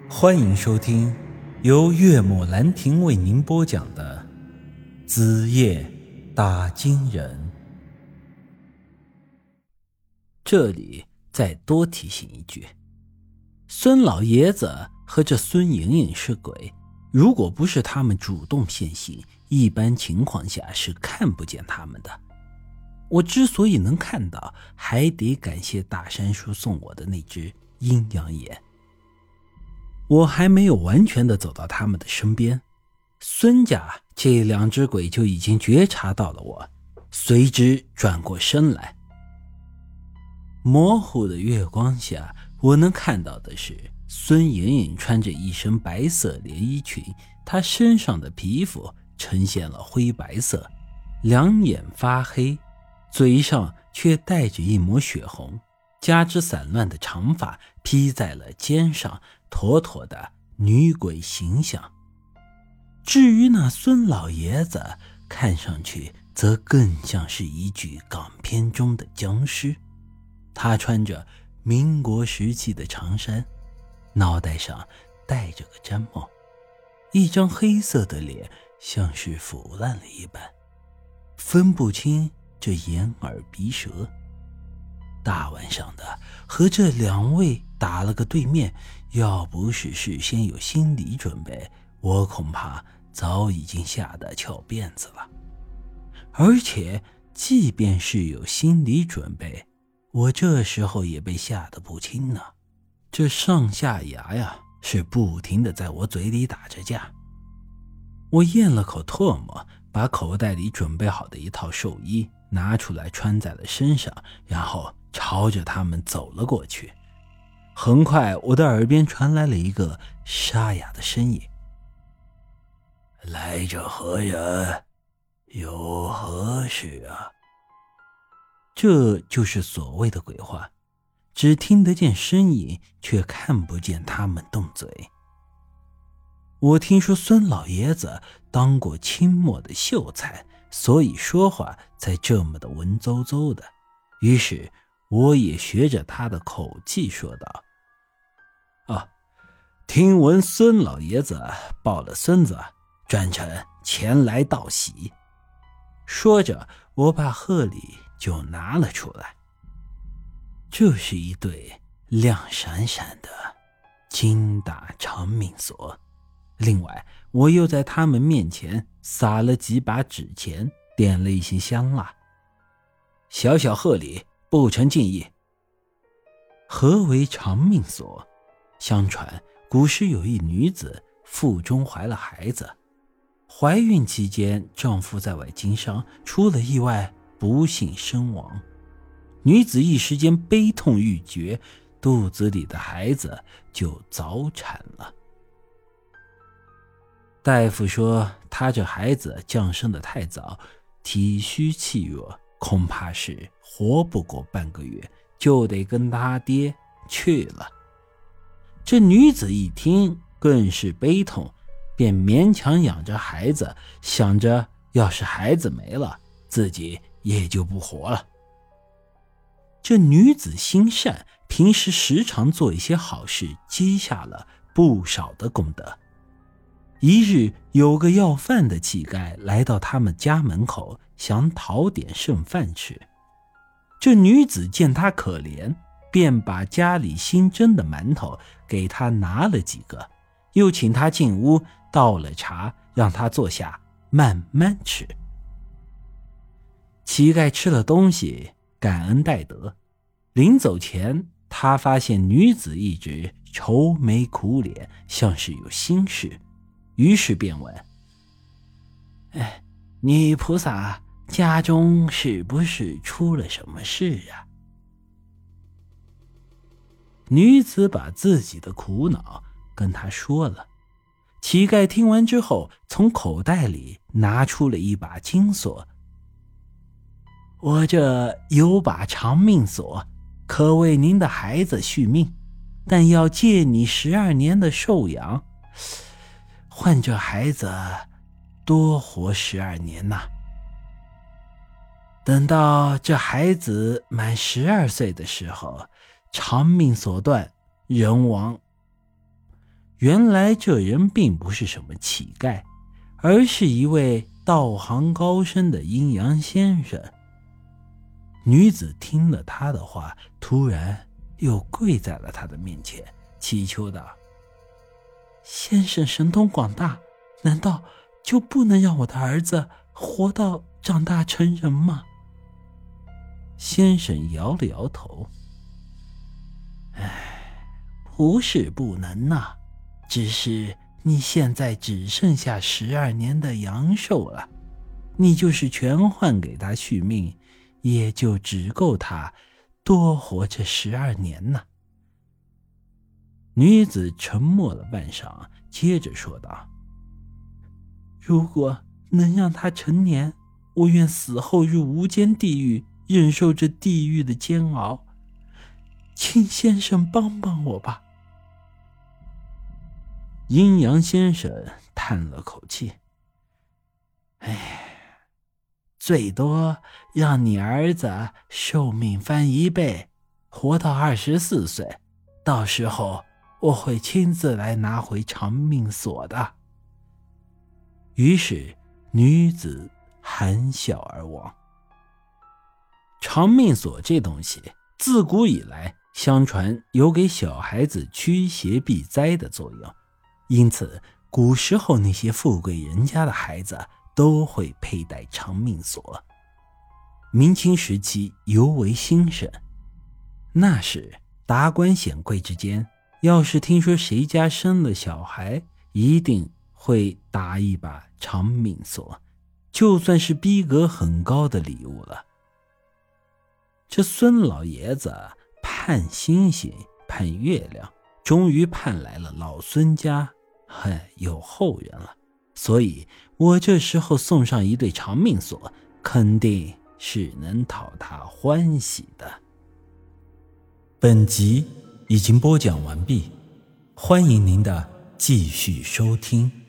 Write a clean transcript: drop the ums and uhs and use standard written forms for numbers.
欢迎收听由岳母兰亭为您播讲的《子夜打金人》。这里再多提醒一句，孙老爷子和这孙莹莹是鬼，如果不是他们主动现形，一般情况下是看不见他们的。我之所以能看到，还得感谢大山叔送我的那只阴阳眼。我还没有完全的走到他们的身边，孙家这两只鬼就已经觉察到了我，随之转过身来。模糊的月光下，我能看到的是孙莹莹穿着一身白色连衣裙，她身上的皮肤呈现了灰白色，两眼发黑，嘴上却带着一抹血红，加之散乱的长发披在了肩上，妥妥的女鬼形象。至于那孙老爷子，看上去则更像是一具港片中的僵尸。他穿着民国时期的长衫，脑袋上戴着个毡帽，一张黑色的脸像是腐烂了一般，分不清这眼耳鼻舌。大晚上的和这两位打了个对面，要不是事先有心理准备，我恐怕早已经吓得翘辫子了。而且即便是有心理准备，我这时候也被吓得不轻呢。这上下牙呀，是不停地在我嘴里打着架。我咽了口唾沫，把口袋里准备好的一套寿衣拿出来穿在了身上，然后朝着他们走了过去。很快我的耳边传来了一个沙哑的声音：来者何人？有何事啊？这就是所谓的鬼话，只听得见声音，却看不见他们动嘴。我听说孙老爷子当过清末的秀才，所以说话才这么的文绉绉的，于是我也学着他的口气说道：听闻孙老爷子抱了孙子，专程前来道喜。说着，我把贺礼就拿了出来。这是一对亮闪闪的金打长命锁，另外我又在他们面前撒了几把纸钱，点了一些香蜡。小小贺礼，不成敬意。何为长命锁？相传古时有一女子腹中怀了孩子，怀孕期间丈夫在外经商，出了意外，不幸身亡。女子一时间悲痛欲绝，肚子里的孩子就早产了。大夫说她这孩子降生得太早，体虚气弱，恐怕是活不过半个月，就得跟他爹去了。这女子一听更是悲痛，便勉强养着孩子，想着要是孩子没了，自己也就不活了。这女子心善，平时时常做一些好事，积下了不少的功德。一日，有个要饭的乞丐来到他们家门口，想讨点剩饭吃。这女子见他可怜，便把家里新蒸的馒头给他拿了几个，又请他进屋倒了茶，让他坐下慢慢吃。乞丐吃了东西，感恩戴德。临走前，他发现女子一直愁眉苦脸，像是有心事，于是便问：女菩萨家中是不是出了什么事啊？女子把自己的苦恼跟他说了。乞丐听完之后，从口袋里拿出了一把金锁：我这有把长命锁，可为您的孩子续命，但要借你12年的寿养，换这孩子多活12年呐。等到这孩子满12岁的时候，长命锁断，人亡。 原来这人并不是什么乞丐，而是一位道行高深的阴阳先生。女子听了他的话，突然又跪在了他的面前，祈求道：先生神通广大，难道就不能让我的儿子活到长大成人吗？先生摇了摇头：不是不能呐，只是你现在只剩下12年的阳寿了，你就是全换给他续命，也就只够他多活这12年呢。女子沉默了半晌，接着说道：如果能让他成年，我愿死后入无间地狱，忍受这地狱的煎熬，请先生帮帮我吧。阴阳先生叹了口气：最多让你儿子寿命翻1倍，活到24岁，到时候我会亲自来拿回长命锁的。于是女子含笑而亡。长命锁这东西自古以来相传有给小孩子驱邪避灾的作用，因此古时候那些富贵人家的孩子都会佩戴长命锁。明清时期尤为兴盛，那时达官显贵之间，要是听说谁家生了小孩，一定会打一把长命锁，就算是逼格很高的礼物了。这孙老爷子盼星星盼月亮，终于盼来了老孙家有后人了，所以我这时候送上一对长命锁，肯定是能讨他欢喜的。本集已经播讲完毕，欢迎您的继续收听。